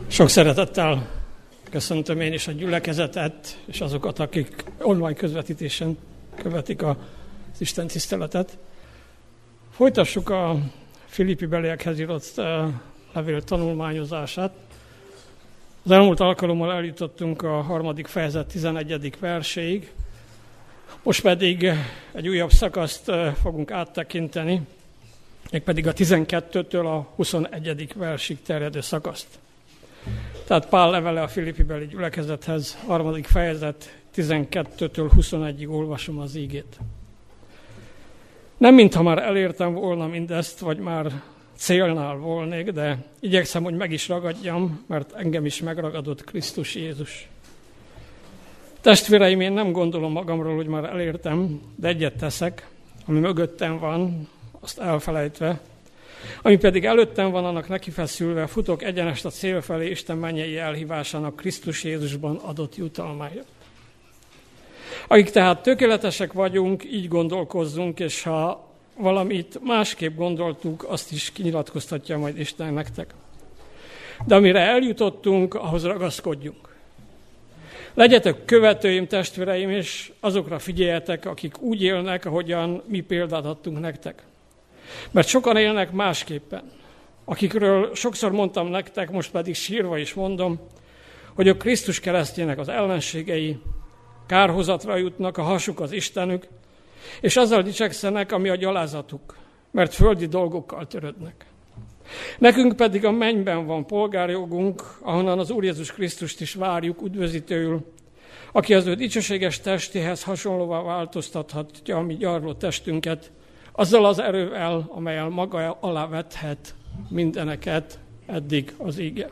Sok szeretettel köszöntöm én is a gyülekezetet, és azokat, akik online közvetítésen követik az Isten tiszteletet. Folytassuk a Filippi beliekhez írott levél tanulmányozását. Az elmúlt alkalommal eljutottunk a 3. fejezet 11. verséig. Most pedig egy újabb szakaszt fogunk áttekinteni, mégpedig a 12-től a 21. versig terjedő szakaszt. Tehát Pál levele a Filippi beli gyülekezethez, 3. fejezet 12-től 21-ig olvasom az ígét. Nem mintha már elértem volna mindezt, vagy már célnál volnék, de igyekszem, hogy meg is ragadjam, mert engem is megragadott Krisztus Jézus. Testvéreim, én nem gondolom magamról, hogy már elértem, de egyet teszek, ami mögöttem van, azt elfelejtve, ami pedig előttem van, annak nekifeszülve futok egyenest a cél felé Isten mennyei elhívásának Krisztus Jézusban adott jutalmáért. Akik tehát tökéletesek vagyunk, így gondolkozzunk, és ha valamit másképp gondoltuk, azt is kinyilatkoztatja majd Isten nektek. De amire eljutottunk, ahhoz ragaszkodjunk. Legyetek követőim, testvéreim, és azokra figyeljetek, akik úgy élnek, ahogyan mi példát adtunk nektek. Mert sokan élnek másképpen, akikről sokszor mondtam nektek, most pedig sírva is mondom, hogy a Krisztus keresztjének az ellenségei kárhozatra jutnak, a hasuk az Istenük, és azzal dicsekszenek, ami a gyalázatuk, mert földi dolgokkal törődnek. Nekünk pedig a mennyben van polgárjogunk, ahonnan az Úr Jézus Krisztust is várjuk üdvözítőül, aki az ő dicsőséges testéhez hasonlóvá változtathatja a mi gyarló testünket, azzal az erővel, amellyel maga alá vethet mindeneket, eddig az íge.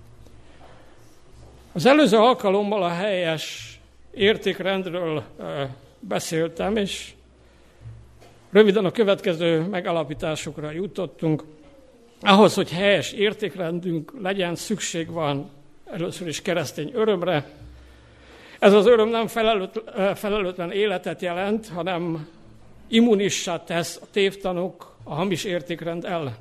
Az előző alkalommal a helyes értékrendről beszéltem, és röviden a következő megállapításokra jutottunk. Ahhoz, hogy helyes értékrendünk legyen, szükség van először is keresztény örömre. Ez az öröm nem felelőtlen életet jelent, hanem immunissá tesz a tévtanok a hamis értékrend ellen.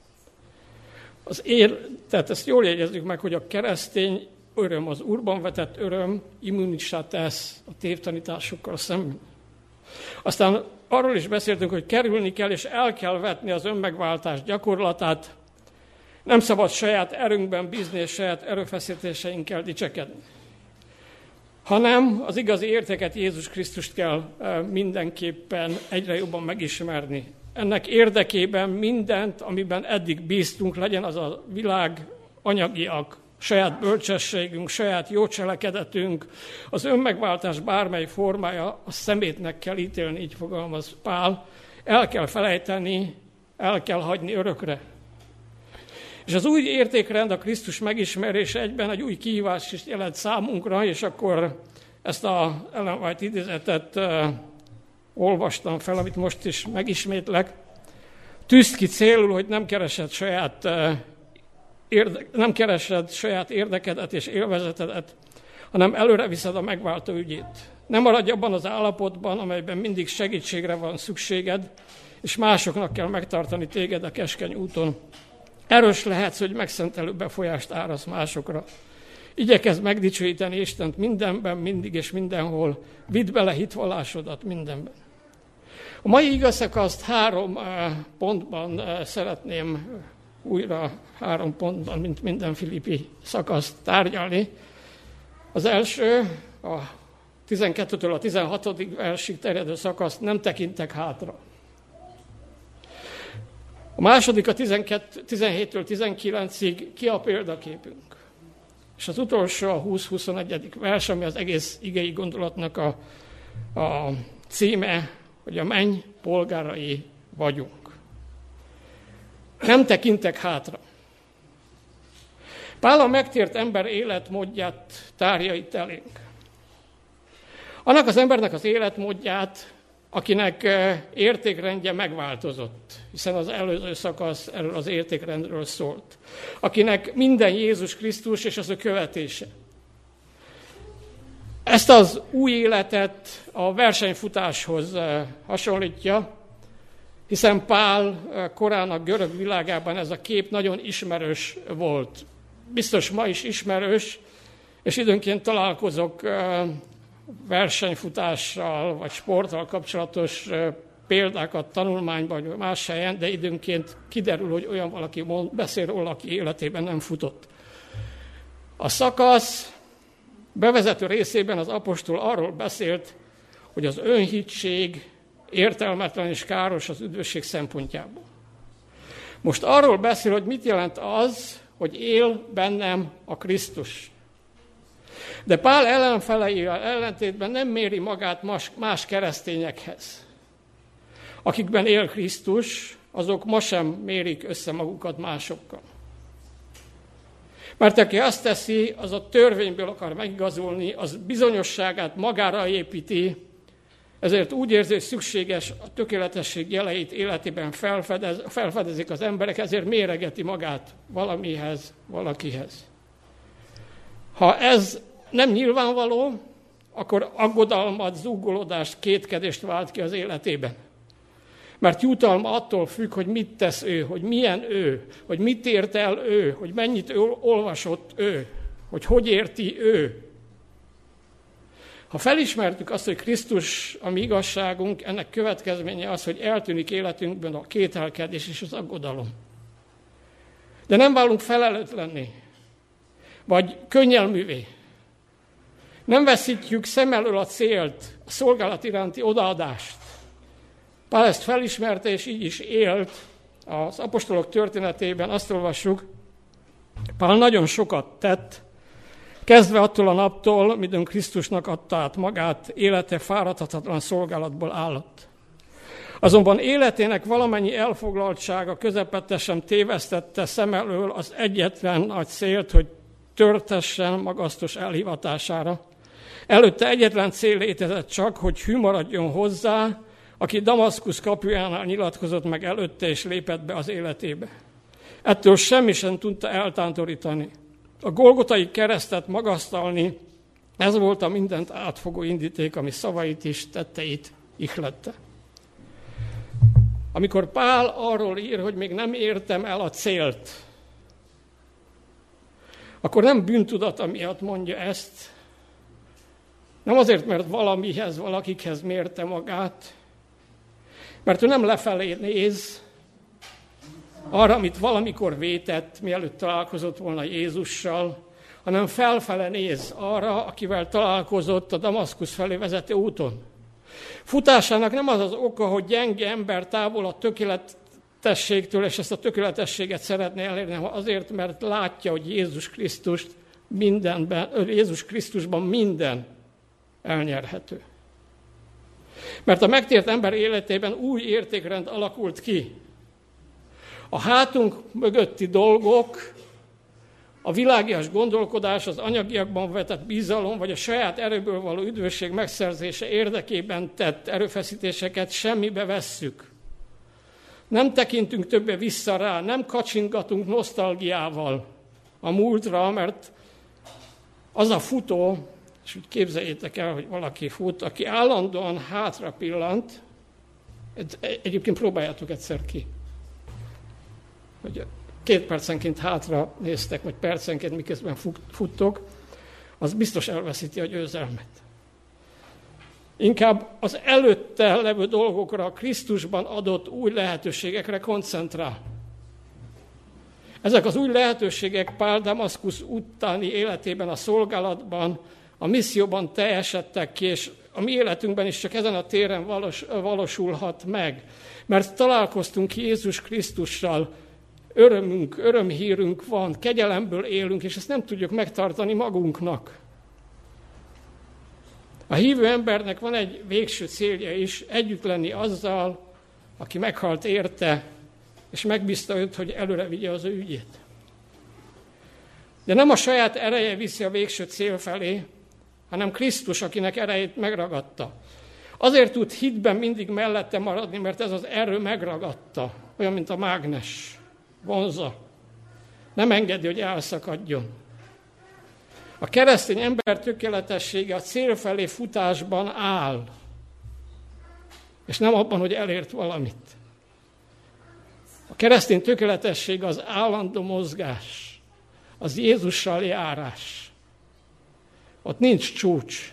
Tehát ezt jól jegyezzük meg, hogy a keresztény öröm, az Úrban vetett öröm immunissá tesz a tévtanításokkal szemben. Aztán arról is beszéltünk, hogy kerülni kell és el kell vetni az önmegváltás gyakorlatát. Nem szabad saját erőnkben bízni és saját erőfeszítéseinkkel dicsekedni, hanem az igazi értéket, Jézus Krisztust kell mindenképpen egyre jobban megismerni. Ennek érdekében mindent, amiben eddig bíztunk, legyen az a világ, anyagiak, saját bölcsességünk, saját jó cselekedetünk, az önmegváltás bármely formája, a szemétnek kell ítélni, így fogalmaz Pál, el kell felejteni, el kell hagyni örökre. És az új értékrend, a Krisztus megismerése egyben egy új kihívást is jelent számunkra, és akkor ezt a Ellen White idézetet olvastam fel, amit most is megismétlek. Tűzd ki célul, hogy nem keresed saját érdekedet és élvezetedet, hanem előre viszed a megváltó ügyét. Nem maradj abban az állapotban, amelyben mindig segítségre van szükséged, és másoknak kell megtartani téged a keskeny úton. Erős lehetsz, hogy megszentelő befolyást árasz másokra. Igyekezz megdicsőíteni Istent mindenben, mindig és mindenhol. Vidd bele hitvallásodat mindenben. A mai igazszakaszt 3 pontban szeretném újra 3 pontban, mint minden filippi szakaszt tárgyalni. Az első, a 12-től a 16. versig terjedő szakaszt, nem tekintek hátra. A második a 17-től 19-ig, ki a példaképünk. És az utolsó a 20-21. vers, ami az egész igei gondolatnak a címe, hogy a menny polgárai vagyunk. Nem tekintek hátra. Pál a megtért ember életmódját tárja itt elénk. Annak az embernek az életmódját, akinek értékrendje megváltozott, hiszen az előző szakasz erről az értékrendről szólt. Akinek minden Jézus Krisztus és az ő követése. Ezt az új életet a versenyfutáshoz hasonlítja, hiszen Pál korán a görög világában ez a kép nagyon ismerős volt. biztos ma is ismerős, és időnként találkozok versenyfutással, vagy sporttal kapcsolatos példákat tanulmányban, vagy más helyen, de időnként kiderül, hogy olyan valaki beszél róla, aki életében nem futott. A szakasz bevezető részében az apostol arról beszélt, hogy az önhittség értelmetlen és káros az üdvösség szempontjából. Most arról beszél, hogy mit jelent az, hogy él bennem a Krisztus. De Pál ellenfeleivel ellentétben nem méri magát más keresztényekhez. Akikben él Krisztus, azok ma sem mérik össze magukat másokkal. Mert aki azt teszi, az a törvényből akar megigazolni, az bizonyosságát magára építi, ezért úgy érzi, hogy szükséges a tökéletesség jeleit életében felfedezik az emberek, ezért méregeti magát valamihez, valakihez. Ha ez nem nyilvánvaló, akkor aggodalmat, zúgolódást, kétkedést vált ki az életében. Mert jutalma attól függ, hogy mit tesz ő, hogy milyen ő, hogy mit ért el ő, hogy mennyit olvasott ő, hogy érti ő. Ha felismertük azt, hogy Krisztus a mi igazságunk, ennek következménye az, hogy eltűnik életünkben a kételkedés és az aggodalom. De nem válunk felelőtlenné, vagy könnyelművé. Nem veszítjük szem elől a célt, a szolgálat iránti odaadást. Pál ezt felismerte, és így is élt. Az apostolok történetében azt olvassuk, Pál nagyon sokat tett, kezdve attól a naptól, midőn Krisztusnak adta át magát, élete fáradhatatlan szolgálatból állott. Azonban életének valamennyi elfoglaltsága közepette sem tévesztette szem elől az egyetlen nagy célt, hogy törtessen magasztos elhivatására. Előtte egyetlen cél létezett csak, hogy hű maradjon hozzá, aki Damaszkusz kapujánál nyilatkozott meg előtte, és lépett be az életébe. Ettől semmi sem tudta eltántorítani. A golgotai keresztet magasztalni, ez volt a mindent átfogó indíték, ami szavait is, tetteit ihlette. Amikor Pál arról ír, hogy még nem értem el a célt, akkor nem bűntudata miatt mondja ezt, nem azért, mert valamihez, valakikhez mérte magát, mert ő nem lefelé néz arra, amit valamikor vétett, mielőtt találkozott volna Jézussal, hanem felfele néz arra, akivel találkozott a Damaszkusz felé vezető úton. Futásának nem az az oka, hogy gyenge ember távol a tökéletességtől, és ezt a tökéletességet szeretné elérni, hanem azért, mert látja, hogy Jézus Krisztusban minden elnyerhető. Mert a megtért ember életében új értékrend alakult ki. A hátunk mögötti dolgok, a világias gondolkodás, az anyagiakban vetett bizalom, vagy a saját erőből való üdvösség megszerzése érdekében tett erőfeszítéseket semmibe vesszük. Nem tekintünk többé vissza rá, nem kacsingatunk nosztalgiával a múltra, mert az a futó, és úgy képzeljétek el, hogy valaki fut, aki állandóan hátra pillant, egyébként próbáljátok egyszer ki, hogy 2 percenként hátra néztek, vagy percenként miközben futtok, az biztos elveszíti a győzelmet. Inkább az előtte levő dolgokra, a Krisztusban adott új lehetőségekre koncentrál. Ezek az új lehetőségek Pál Damaszkusz utáni életében, a szolgálatban, a misszióban teljesedtek ki, és a mi életünkben is csak ezen a téren valósulhat meg. Mert találkoztunk Jézus Krisztussal, örömhírünk van, kegyelemből élünk, és ezt nem tudjuk megtartani magunknak. A hívő embernek van egy végső célja is, együtt lenni azzal, aki meghalt érte, és megbízta őt, hogy előre vigye az ő ügyét. De nem a saját ereje viszi a végső cél felé, hanem Krisztus, akinek erejét megragadta. Azért tud hitben mindig mellette maradni, mert ez az erő megragadta, olyan, mint a mágnes, vonza. Nem engedi, hogy elszakadjon. A keresztény ember tökéletessége a cél felé futásban áll, és nem abban, hogy elért valamit. A keresztény tökéletesség az állandó mozgás, az Jézussal járás. Ott nincs csúcs.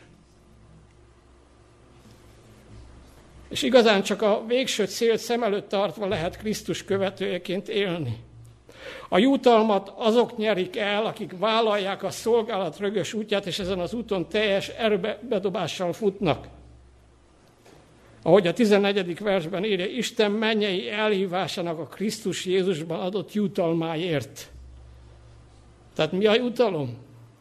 És igazán csak a végső célt szem előtt tartva lehet Krisztus követőjeként élni. A jutalmat azok nyerik el, akik vállalják a szolgálat rögös útját, és ezen az úton teljes erőbedobással futnak. Ahogy a 14. versben írja, Isten mennyei elhívásának a Krisztus Jézusban adott jutalmáért. Tehát mi a jutalom?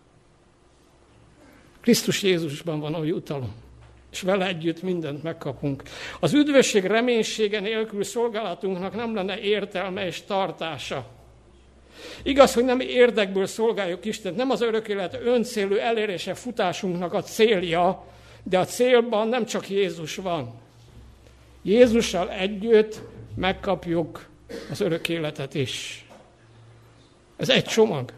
Krisztus Jézusban van a jutalom, és vele együtt mindent megkapunk. Az üdvösség reménysége nélkül szolgálatunknak nem lenne értelme és tartása. Igaz, hogy nem érdekből szolgáljuk Istent, nem az örök élet öncélű elérése futásunknak a célja, de a célban nem csak Jézus van. Jézussal együtt megkapjuk az örök életet is. Ez egy csomag.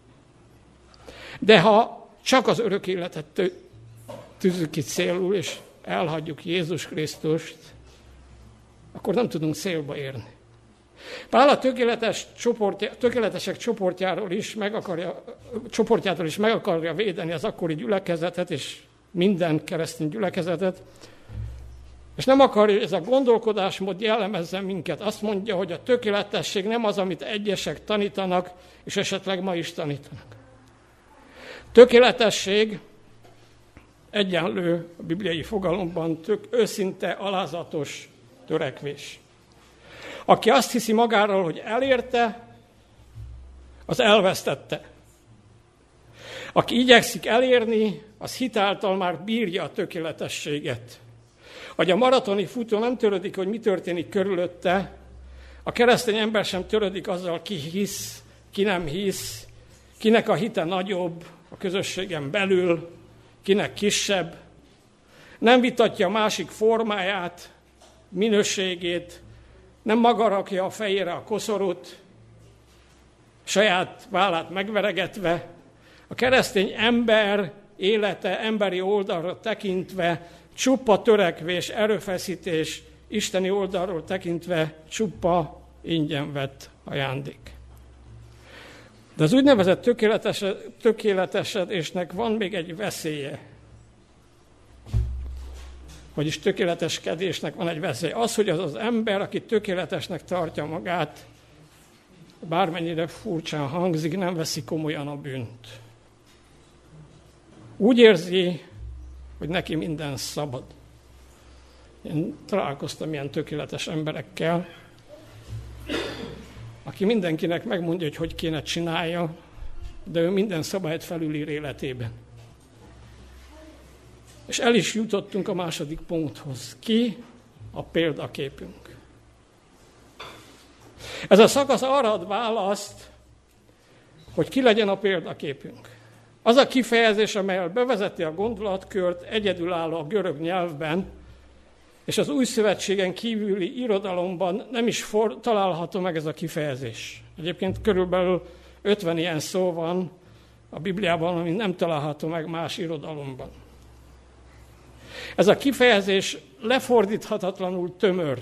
De ha csak az örök életet tűzzük ki célul, és elhagyjuk Jézus Krisztust, akkor nem tudunk célba érni. Pál a tökéletesek csoportjától is meg akarja védeni az akkori gyülekezetet, és minden keresztény gyülekezetet, és nem akarja, hogy ez a gondolkodásmód jellemezzen minket. Azt mondja, hogy a tökéletesség nem az, amit egyesek tanítanak, és esetleg ma is tanítanak. Tökéletesség egyenlő a bibliai fogalomban őszinte, alázatos törekvés. Aki azt hiszi magáról, hogy elérte, az elvesztette. Aki igyekszik elérni, az hitáltal már bírja a tökéletességet. Hogy a maratoni futó nem törődik, hogy mi történik körülötte, a keresztény ember sem törődik azzal, ki hisz, ki nem hisz, kinek a hite nagyobb a közösségen belül, kinek kisebb. Nem vitatja a másik formáját, minőségét, nem maga rakja a fejére a koszorút, saját vállát megveregetve. A keresztény ember élete emberi oldalra tekintve csupa törekvés, erőfeszítés, isteni oldalról tekintve csupa ingyen vett ajándék. De az úgynevezett tökéletesedésnek van még egy veszélye. Vagyis tökéleteskedésnek van egy veszély. Az, hogy az ember, aki tökéletesnek tartja magát, bármennyire furcsán hangzik, nem veszi komolyan a bűnt. Úgy érzi, hogy neki minden szabad. Én találkoztam ilyen tökéletes emberekkel, aki mindenkinek megmondja, hogy kéne csinálja, de ő minden szabályt felülír életében. És el is jutottunk a második ponthoz. Ki a példaképünk? Ez a szakasz arra ad választ, hogy ki legyen a példaképünk. Az a kifejezés, amelyel bevezeti a gondolatkört, egyedülálló a görög nyelvben, és az új szövetségen kívüli irodalomban nem is található meg ez a kifejezés. Egyébként körülbelül 50 ilyen szó van a Bibliában, ami nem található meg más irodalomban. Ez a kifejezés lefordíthatatlanul tömör.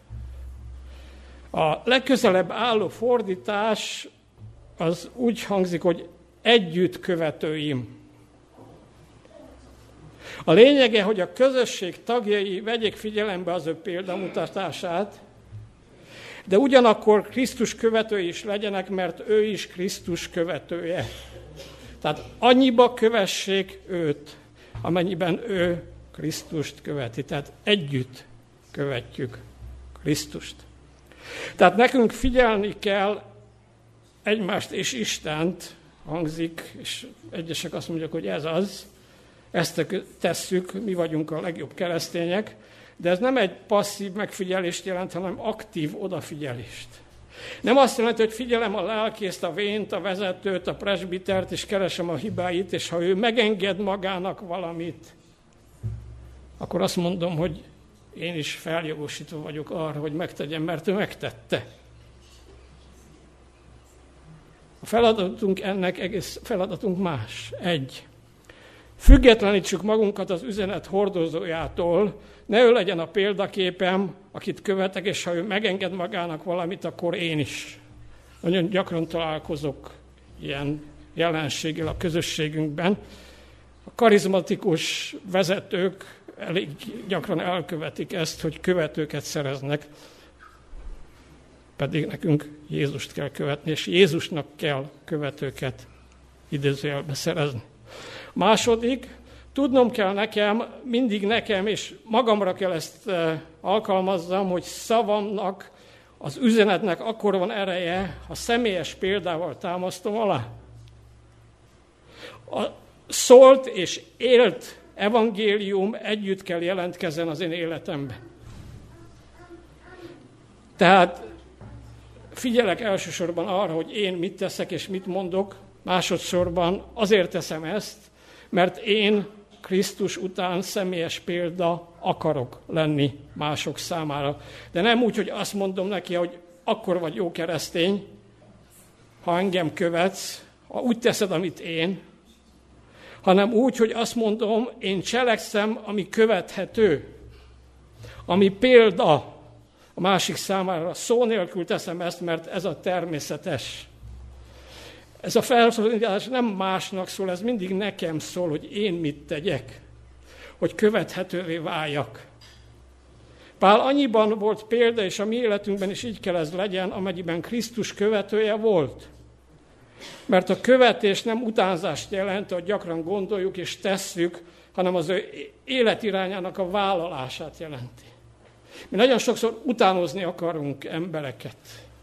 A legközelebb álló fordítás az úgy hangzik, hogy együtt követőim. A lényege, hogy a közösség tagjai vegyék figyelembe az ő példamutatását, de ugyanakkor Krisztus követői is legyenek, mert ő is Krisztus követője. Tehát annyiba kövessék őt, amennyiben ő Krisztust követi. Tehát együtt követjük Krisztust. Tehát nekünk figyelni kell egymást és Istent, hangzik, és egyesek azt mondják, hogy ez az, ezt tesszük, mi vagyunk a legjobb keresztények, de ez nem egy passzív megfigyelést jelent, hanem aktív odafigyelést. Nem azt jelenti, hogy figyelem a lelkészt, a vént, a vezetőt, a presbitert, és keresem a hibáit, és ha ő megenged magának valamit, akkor azt mondom, hogy én is feljogosítva vagyok arra, hogy megtegyem, mert ő megtette. A feladatunk egész feladatunk más. Függetlenítsük magunkat az üzenet hordozójától, ne ő legyen a példaképem, akit követek, és ha ő megenged magának valamit, akkor én is. Nagyon gyakran találkozok ilyen jelenséggel a közösségünkben. A karizmatikus vezetők elég gyakran elkövetik ezt, hogy követőket szereznek, pedig nekünk Jézust kell követni, és Jézusnak kell követőket idézőjelbe szerezni. Második, tudnom kell mindig nekem, és magamra kell ezt alkalmazzam, hogy szavamnak, az üzenetnek akkor van ereje, ha személyes példával támasztom alá. A szólt és élt evangélium együtt kell jelentkezzen az én életemben. Tehát figyelek elsősorban arra, hogy én mit teszek és mit mondok, másodszorban azért teszem ezt, mert én Krisztus után személyes példa akarok lenni mások számára. De nem úgy, hogy azt mondom neki, hogy akkor vagy jó keresztény, ha engem követsz, ha úgy teszed, amit én, hanem úgy, hogy azt mondom, én cselekszem, ami követhető, ami példa a másik számára. Szó nélkül teszem ezt, mert ez a természetes. Ez a felszólítás nem másnak szól, ez mindig nekem szól, hogy én mit tegyek, hogy követhetővé váljak. Pál annyiban volt példa, és a mi életünkben is így kell ez legyen, amennyiben Krisztus követője volt. Mert a követés nem utánzást jelent, ahogy gyakran gondoljuk és tesszük, hanem az ő életirányának a vállalását jelenti. Mi nagyon sokszor utánozni akarunk embereket.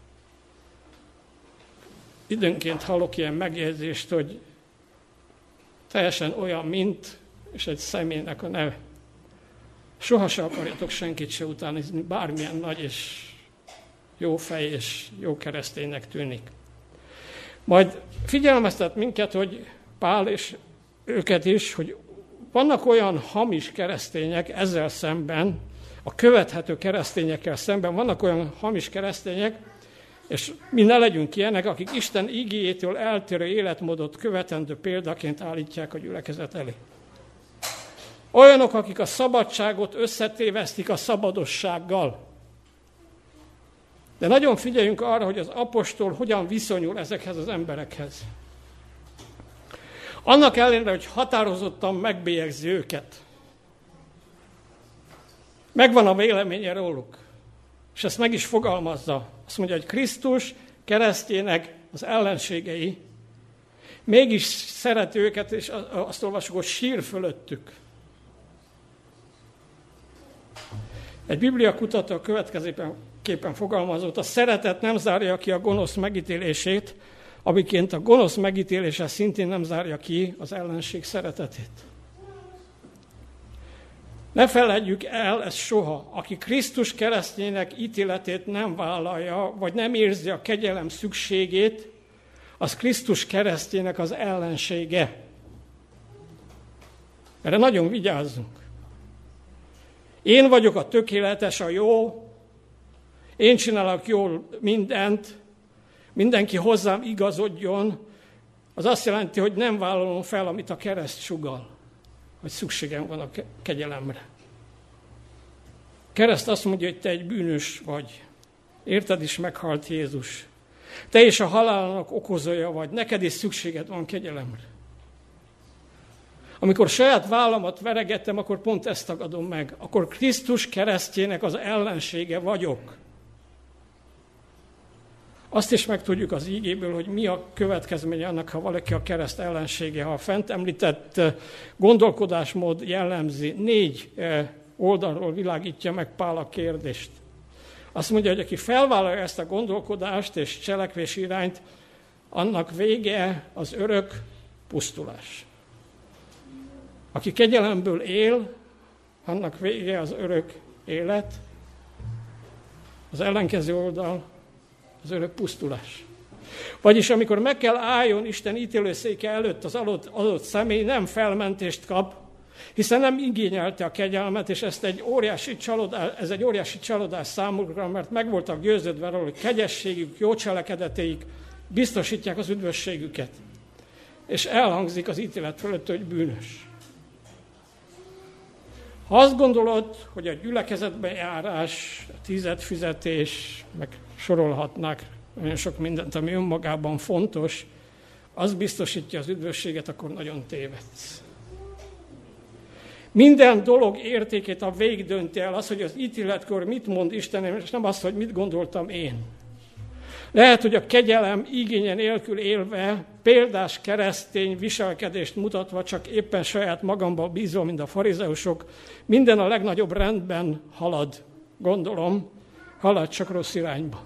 Időnként hallok ilyen megjegyzést, hogy teljesen olyan, mint, és egy személynek a neve. Soha se akarjatok senkit se utánozni, bármilyen nagy és jó fej és jó kereszténynek tűnik. Majd figyelmeztet minket, hogy Pál és őket is, hogy vannak olyan hamis keresztények ezzel szemben, a követhető keresztényekkel szemben vannak olyan hamis keresztények, és mi ne legyünk ilyenek, akik Isten igéjétől eltérő életmódot követendő példaként állítják a gyülekezet elé. Olyanok, akik a szabadságot összetévesztik a szabadossággal. De nagyon figyeljünk arra, hogy az apostol hogyan viszonyul ezekhez az emberekhez. Annak ellenére, hogy határozottan megbélyegzi őket. Megvan a véleménye róluk. És ezt meg is fogalmazza. Azt mondja, hogy Krisztus keresztjének az ellenségei, mégis szeret őket, és azt olvasjuk, hogy sír fölöttük. Egy bibliakutató a következőképpen fogalmazott, a szeretet nem zárja ki a gonosz megítélését, amiként a gonosz megítélése szintén nem zárja ki az ellenség szeretetét. Ne feledjük el ezt soha. Aki Krisztus keresztjének ítéletét nem vállalja, vagy nem érzi a kegyelem szükségét, az Krisztus keresztjének az ellensége. Erre nagyon vigyázzunk. Én vagyok a tökéletes, a jó, én csinálok jól mindent, mindenki hozzám igazodjon, az azt jelenti, hogy nem vállalom fel, amit a kereszt sugall, hogy szükségem van a kegyelemre. Kereszt azt mondja, hogy te egy bűnös vagy, érted is meghalt Jézus. Te is a halálnak okozója vagy, neked is szükséged van kegyelemre. Amikor saját vállamat veregettem, akkor pont ezt tagadom meg. Akkor Krisztus keresztjének az ellensége vagyok. Azt is megtudjuk az ígéből, hogy mi a következménye annak, ha valaki a kereszt ellensége. Ha a fent említett gondolkodásmód jellemzi, 4 oldalról világítja meg Pál a kérdést. Azt mondja, hogy aki felvállalja ezt a gondolkodást és cselekvés irányt, annak vége az örök pusztulás. Aki kegyelemből él, annak vége az örök élet, az ellenkező oldal az örök pusztulás. Vagyis amikor meg kell álljon Isten ítélőszéke előtt az adott személy, nem felmentést kap, hiszen nem igényelte a kegyelmet, és ez egy óriási csalódás számukra, mert meg voltak győződve róla, hogy kegyességük, jó cselekedeteik biztosítják az üdvösségüket. És elhangzik az ítélet fölött, hogy bűnös. Ha azt gondolod, hogy a gyülekezetben járás, a tizedfizetés, meg sorolhatnák nagyon sok mindent, ami önmagában fontos, az biztosítja az üdvösséget, akkor nagyon tévedsz. Minden dolog értékét a vég dönti el, az, hogy az ítéletkor mit mond Istenem, és nem azt, hogy mit gondoltam én. Lehet, hogy a kegyelem igénye nélkül élve, példás keresztény viselkedést mutatva, csak éppen saját magamban bízom, mint a farizeusok, minden a legnagyobb rendben halad, gondolom, halad csak rossz irányba.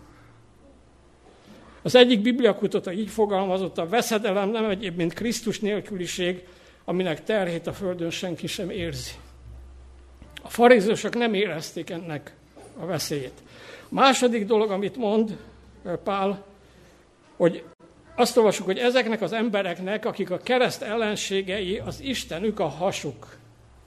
Az egyik bibliakutató így fogalmazott, a veszedelem nem egyéb, mint Krisztus nélküliség, aminek terhét a földön senki sem érzi. A farizeusok nem érezték ennek a veszélyét. A második dolog, amit mond Pál, hogy azt olvasjuk, hogy ezeknek az embereknek, akik a kereszt ellenségei, az Istenük a hasuk.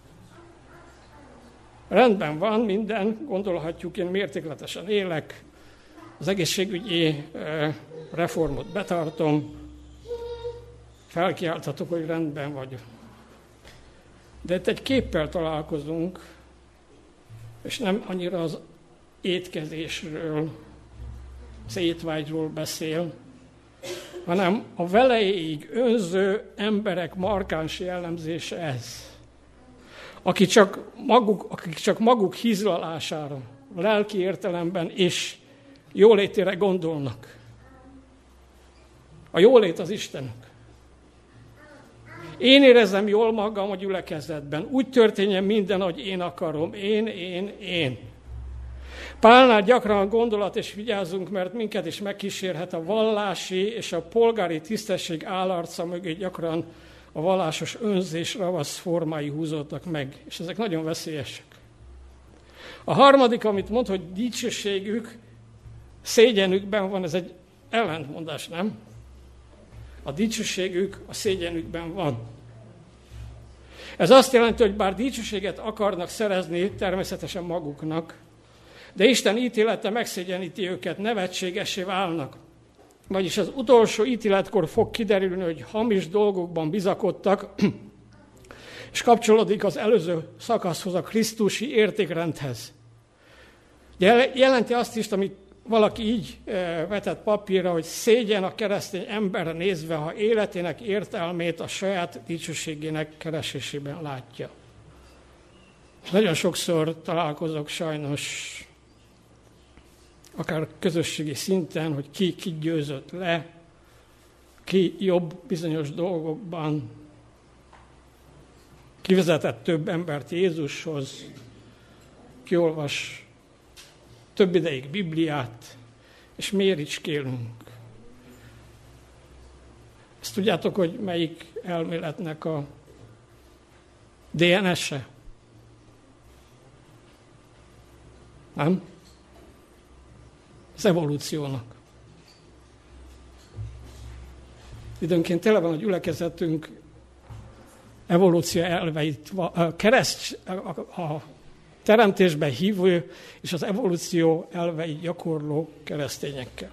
Rendben van minden, gondolhatjuk, én mértékletesen élek, az egészségügyi reformot betartom, felkiálthatok, hogy rendben vagyok. De itt egy képpel találkozunk, és nem annyira az étkezésről, az étvágyról beszél, hanem a velejéig önző emberek markáns jellemzése ez. Akik csak maguk hízlalására, lelki értelemben és jólétére gondolnak. A jólét az Istenük. Én érezem jól magam a gyülekezetben. Úgy történjen minden, ahogy én akarom. Én. Pálnál gyakran gondolat, és vigyázzunk, mert minket is megkísérhet a vallási és a polgári tisztesség állarca mögé gyakran a vallásos önzés ravasz formái húzódtak meg, és ezek nagyon veszélyesek. A harmadik, amit mond, hogy dicsőségük szégyenükben van, ez egy ellentmondás, nem? A dicsőségük a szégyenükben van. Ez azt jelenti, hogy bár dicsőséget akarnak szerezni természetesen maguknak, de Isten ítélete megszégyeníti őket, nevetségesé válnak. Vagyis az utolsó ítéletkor fog kiderülni, hogy hamis dolgokban bizakodtak, és kapcsolódik az előző szakaszhoz, a krisztusi értékrendhez. Jelenti azt is, amit valaki így vetett papírra, hogy szégyen a keresztény emberre nézve, ha életének értelmét a saját dicsőségének keresésében látja. És nagyon sokszor találkozok sajnos, akár közösségi szinten, hogy ki győzött le, ki jobb bizonyos dolgokban, kivezetett több embert Jézushoz, ki olvas több ideig Bibliát, és miért icskélünk? Ezt tudjátok, hogy melyik elméletnek a DNS-e? Nem? Az evolúciónak. Időnként tele van a gyülekezetünk evolúció elveit, a teremtésben hívő és az evolúció elveit gyakorló keresztényekkel.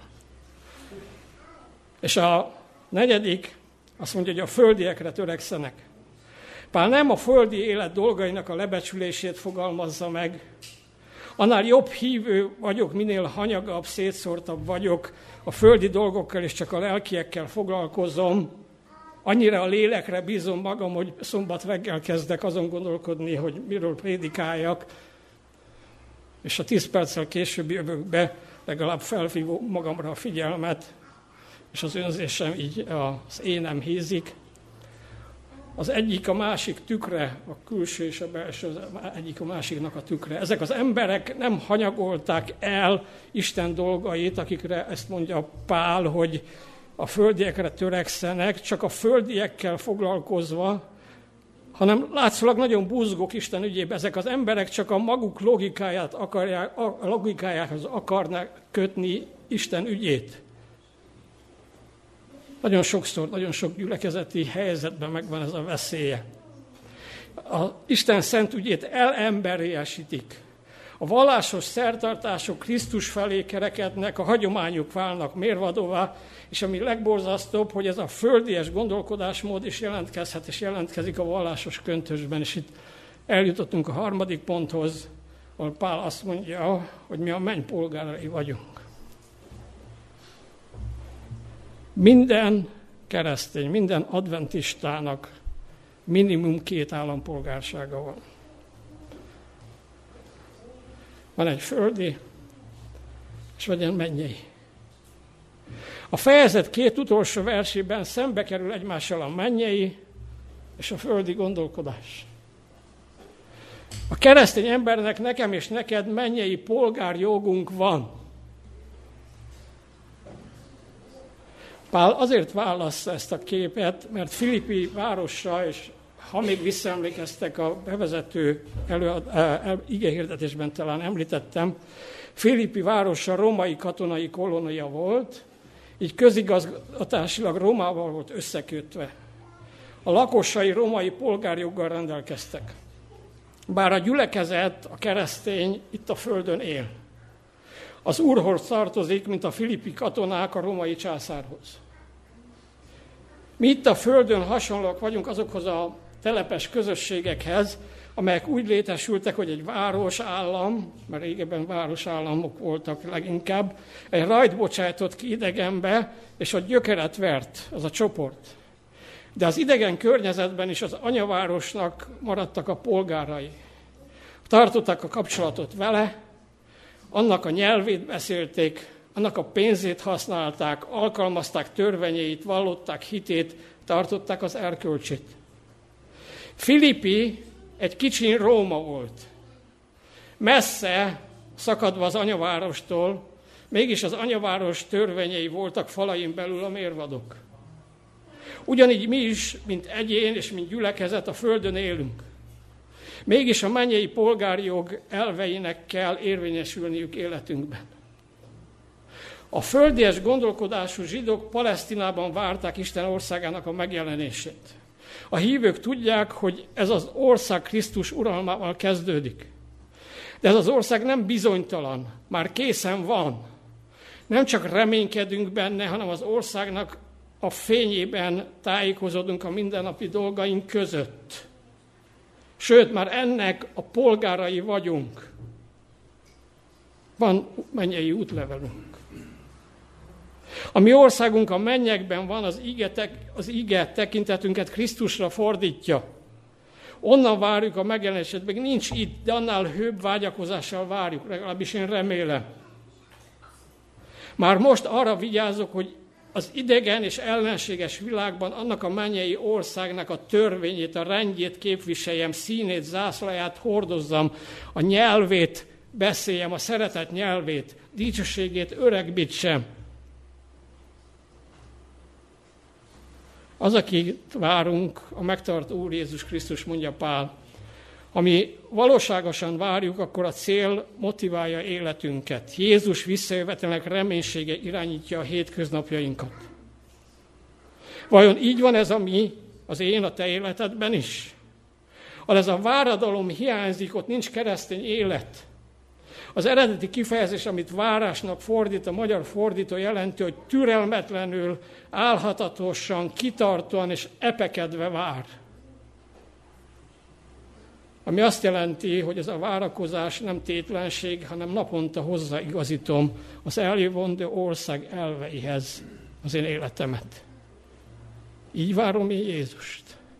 És a negyedik azt mondja, hogy a földiekre törekszenek. Pál nem a földi élet dolgainak a lebecsülését fogalmazza meg, annál jobb hívő vagyok, minél hanyagabb, szétszórtabb vagyok, a földi dolgokkal és csak a lelkiekkel foglalkozom, annyira a lélekre bízom magam, hogy szombat reggel kezdek azon gondolkodni, hogy miről prédikáljak, és a 10 perccel később jövök be, legalább felhívom magamra a figyelmet, és az önzésem így az énem hízik. Az egyik a másik tükre, a külső és a belső, az egyik a másiknak a tükre. Ezek az emberek nem hanyagolták el Isten dolgait, akikre ezt mondja Pál, hogy a földiekre törekszenek, csak a földiekkel foglalkozva, hanem látszólag nagyon buzgók Isten ügyében. Ezek az emberek csak a maguk logikájához akarnak kötni Isten ügyét. Nagyon sokszor, nagyon sok gyülekezeti helyzetben megvan ez a veszélye. A Isten szent ügyét elemberésítik. A vallásos szertartások Krisztus felé kerekednek, a hagyományok válnak mérvadóvá, és ami legborzasztóbb, hogy ez a földies gondolkodásmód is jelentkezhet, és jelentkezik a vallásos köntösben. És itt eljutottunk a harmadik ponthoz, ahol Pál azt mondja, hogy mi a menny polgárai vagyunk. Minden keresztény, minden adventistának minimum 2 állampolgársága van. Van egy földi, és van egy mennyei. A fejezet 2 utolsó versében szembe kerül egymással a mennyei és a földi gondolkodás. A keresztény embernek, nekem és neked mennyei polgárjogunk van. Pál azért válassza ezt a képet, mert Filippi városra, és ha még visszaemlékeztek a bevezető igehirdetésben talán említettem, Filippi városa római katonai kolónia volt, így közigazgatásilag Rómával volt összekötve. A lakosai római polgárjoggal rendelkeztek. Bár a gyülekezet, a keresztény itt a földön él. Az Úrhoz tartozik, mint a filippi katonák a római császárhoz. Mi itt a földön hasonlóak vagyunk azokhoz a telepes közösségekhez, amelyek úgy létesültek, hogy egy városállam, mert régebben városállamok voltak leginkább, egy rajt bocsájtott ki idegenbe, és ott gyökeret vert az a csoport. De az idegen környezetben is az anyavárosnak maradtak a polgárai. Tartottak a kapcsolatot vele, annak a nyelvét beszélték, annak a pénzét használták, alkalmazták törvényeit, vallották hitét, tartották az erkölcsét. Filippi egy kicsi Róma volt. Messze szakadva az anyavárostól, mégis az anyaváros törvényei voltak falain belül a mérvadok. Ugyanígy mi is, mint egyén és mint gyülekezet a földön élünk. Mégis a mennyei polgárjog elveinek kell érvényesülniük életünkben. A földies gondolkodású zsidók Palesztinában várták Isten országának a megjelenését. A hívők tudják, hogy ez az ország Krisztus uralmával kezdődik. De ez az ország nem bizonytalan, már készen van. Nem csak reménykedünk benne, hanem az országnak a fényében tájékozódunk a mindennapi dolgaink között. Sőt, már ennek a polgárai vagyunk. Van mennyei útlevelünk. A mi országunk a mennyekben van, az ige tekintetünket Krisztusra fordítja. Onnan várjuk a megjelenését, még nincs itt, de annál hőbb vágyakozással várjuk, legalábbis én remélem. Már most arra vigyázok, hogy az idegen és ellenséges világban annak a mennyei országnak a törvényét, a rendjét képviseljem, színét, zászlaját hordozzam, a nyelvét beszéljem, a szeretet nyelvét, dicsőségét öregbítsem. Az, akit várunk, a megtartó Úr Jézus Krisztus, mondja Pál. Ha mi valóságosan várjuk, akkor a cél motiválja életünket. Jézus visszajövetelnek reménysége irányítja a hétköznapjainkat. Vajon így van ez az én, a te életedben is? Ha ez a váradalom hiányzik, ott nincs keresztény élet. Az eredeti kifejezés, amit várásnak fordít, a magyar fordító jelenti, hogy türelmetlenül, álhatatosan, kitartóan és epekedve vár. Ami azt jelenti, hogy ez a várakozás nem tétlenség, hanem naponta hozzáigazítom az eljövendő ország elveihez az én életemet. Így várom én Jézust.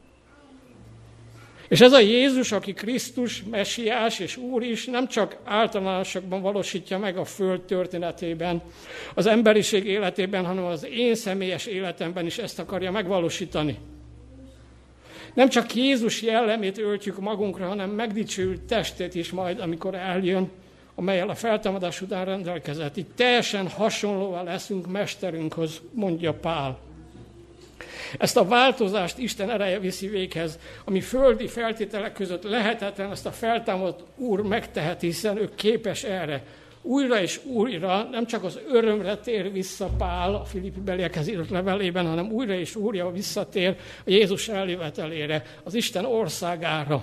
És ez a Jézus, aki Krisztus, Messiás és Úr is, nem csak általánosakban valósítja meg a föld történetében, az emberiség életében, hanem az én személyes életemben is ezt akarja megvalósítani. Nem csak Jézus jellemét öltjük magunkra, hanem megdicsőült testét is majd, amikor eljön, amellyel a feltámadás után rendelkezett. Így teljesen hasonlóan leszünk mesterünkhöz, mondja Pál. Ezt a változást Isten ereje viszi véghez, ami földi feltételek között lehetetlen, ezt a feltámadott Úr megteheti, hiszen ő képes erre. Újra és újra, nem csak az örömre tér vissza Pál a filippi beliekhez írott levelében, hanem újra és újra visszatér a Jézus eljövetelére, az Isten országára.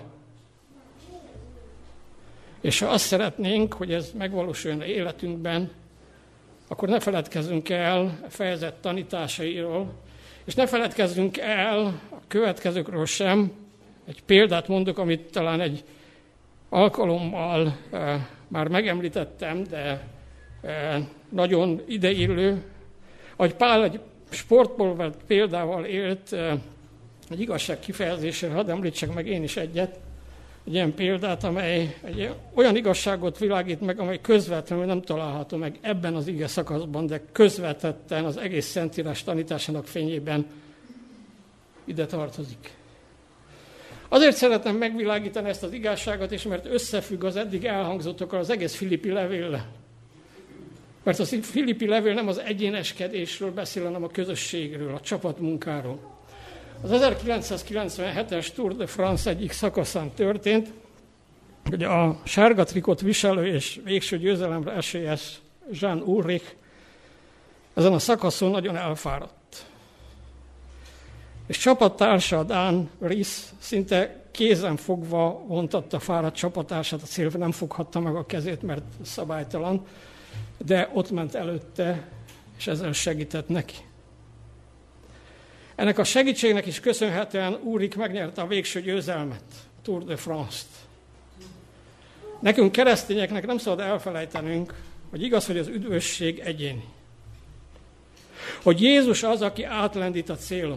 És ha azt szeretnénk, hogy ez megvalósuljon életünkben, akkor ne feledkezzünk el a fejezet tanításairól, és ne feledkezzünk el a következőkről sem. Egy példát mondok, amit talán egy alkalommal már megemlítettem, de nagyon ideillő, hogy Pál egy sportpolvert példával élt egy igazság kifejezésére, hadd említsek meg én is egy ilyen példát, amely egy olyan igazságot világít meg, amely közvetlenül nem található meg ebben az ige szakaszban, de közvetetten az egész Szentírás tanításának fényében ide tartozik. Azért szeretem megvilágítani ezt az igazságot, és mert összefügg az eddig elhangzottakkal az egész Filippi levéllel. Mert a Filippi levél nem az egyéneskedésről beszél, hanem a közösségről, a csapatmunkáról. Az 1997-es Tour de France egyik szakaszán történt, hogy a sárga trikot viselő és végső győzelemre esélyes Jan Ullrich ezen a szakaszon nagyon elfáradt. És csapattársa Dan Ries szinte kézen fogva vontatta fáradt csapattársát a célra, nem foghatta meg a kezét, mert szabálytalan, de ott ment előtte, és ezzel segített neki. Ennek a segítségnek is köszönhetően Ullrich megnyerte a végső győzelmet, Tour de France-t. Nekünk keresztényeknek nem szabad elfelejtenünk, hogy igaz, hogy az üdvösség egyéni. Hogy Jézus az, aki átlendít a célon.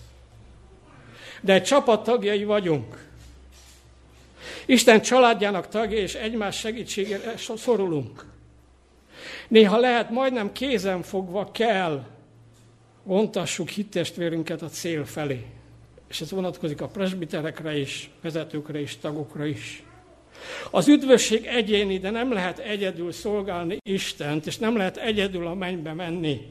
De egy csapat tagjai vagyunk. Isten családjának tagja, és egymás segítségére szorulunk. Néha lehet, majdnem kézenfogva kell vontassuk hittestvérünket a cél felé. És ez vonatkozik a presbiterekre is, vezetőkre is, tagokra is. Az üdvösség egyéni, de nem lehet egyedül szolgálni Istent, és nem lehet egyedül a mennybe menni.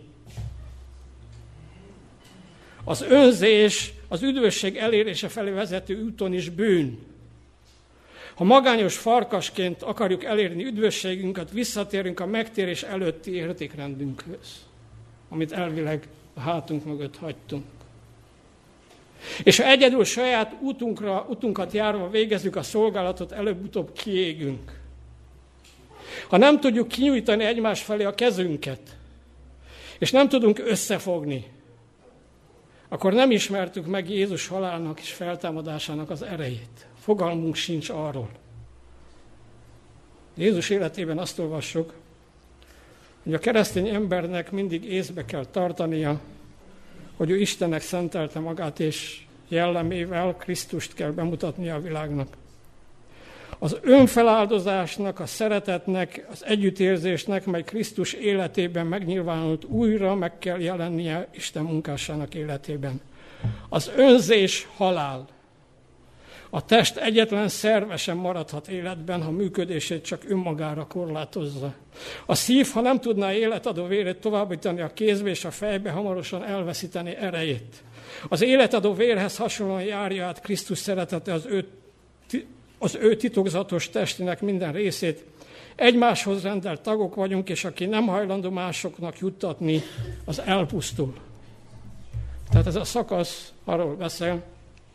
Az önzés az üdvösség elérése felé vezető úton is bűn. Ha magányos farkasként akarjuk elérni üdvösségünket, visszatérünk a megtérés előtti értékrendünkhöz, amit elvileg a hátunk mögött hagytunk. És ha egyedül saját útunkat járva végezzük a szolgálatot, előbb-utóbb kiégünk. Ha nem tudjuk kinyújtani egymás felé a kezünket, és nem tudunk összefogni, akkor nem ismertük meg Jézus halálnak és feltámadásának az erejét. Fogalmunk sincs arról. Jézus életében azt olvassuk, hogy a keresztény embernek mindig észbe kell tartania, hogy ő Istennek szentelte magát, és jellemével Krisztust kell bemutatnia a világnak. Az önfeláldozásnak, a szeretetnek, az együttérzésnek, mely Krisztus életében megnyilvánult, újra meg kell jelennie Isten munkássának életében. Az önzés halál. A test egyetlen szerve sem maradhat életben, ha működését csak önmagára korlátozza. A szív, ha nem tudná életadó vérét továbbítani a kézbe és a fejbe, hamarosan elveszíteni erejét. Az életadó vérhez hasonlóan járja át Krisztus szeretete az ő titokzatos testének minden részét. Egymáshoz rendelt tagok vagyunk, és aki nem hajlandó másoknak juttatni, az elpusztul. Tehát ez a szakasz arról beszél,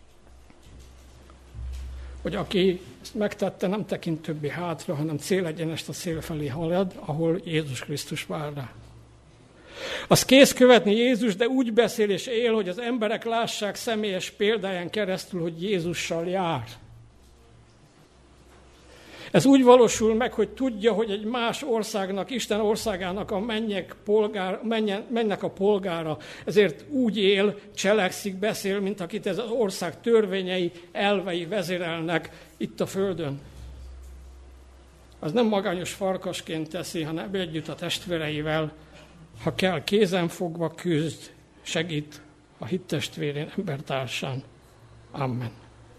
hogy aki ezt megtette, nem tekint többé hátra, hanem célegyenest a cél felé halad, ahol Jézus Krisztus vár rá. Az kész követni Jézus, de úgy beszél és él, hogy az emberek lássák személyes példáján keresztül, hogy Jézussal jár. Ez úgy valósul meg, hogy tudja, hogy egy más országnak, Isten országának a mennynek a polgára, ezért úgy él, cselekszik, beszél, mint akit ez az ország törvényei, elvei vezérelnek itt a földön. Az nem magányos farkasként teszi, hanem együtt a testvéreivel, ha kell, kézenfogva küzd, segít a hittestvérén, embertársán. Amen.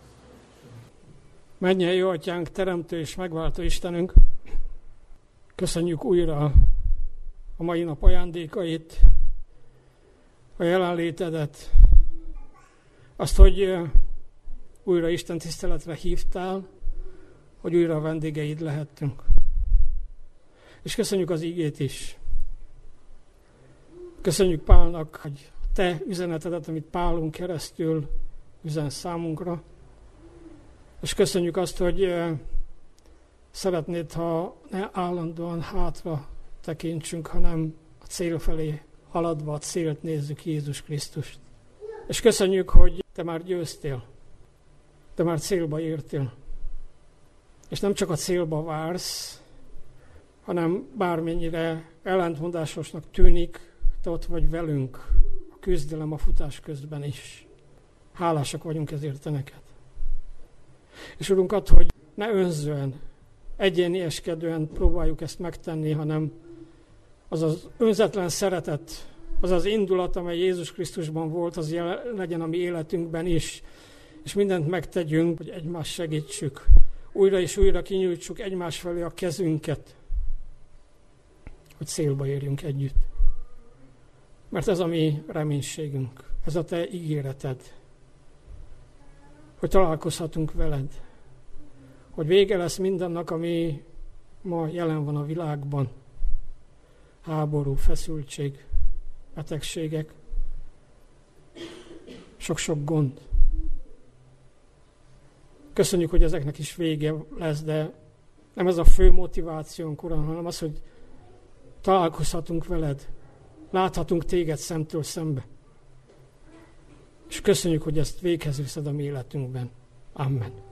Mennyei jó Atyánk, teremtő és megváltó Istenünk, köszönjük újra a mai nap ajándékait, a jelenlétedet, azt, hogy újra Isten tiszteletre hívtál, hogy újra a vendégeid lehettünk. És köszönjük az igét is. Köszönjük Pálnak, hogy te üzenetedet, amit Pálunk keresztül üzen számunkra. És köszönjük azt, hogy szeretnéd, ha ne állandóan hátra tekintsünk, hanem a cél felé haladva a célt nézzük, Jézus Krisztust. És köszönjük, hogy te már győztél, te már célba értél. És nem csak a célba vársz, hanem bármennyire ellentmondásosnak tűnik, te ott vagy velünk a küzdelem a futás közben is. Hálásak vagyunk ezért te neked. És Urunk, add, hogy ne önzően, egyénieskedően próbáljuk ezt megtenni, hanem az az önzetlen szeretet, az az indulat, amely Jézus Krisztusban volt, az legyen a mi életünkben is, és mindent megtegyünk, hogy egymást segítsük. Újra és újra kinyújtsuk egymás felé a kezünket, hogy célba érjünk együtt. Mert ez a mi reménységünk, ez a te ígéreted, hogy találkozhatunk veled, hogy vége lesz mindannak, ami ma jelen van a világban. Háború, feszültség, betegségek, sok-sok gond. Köszönjük, hogy ezeknek is vége lesz, de nem ez a fő motivációnk, Uram, hanem az, hogy találkozhatunk veled, láthatunk téged szemtől szembe. És köszönjük, hogy ezt véghez viszed a mi életünkben. Amen.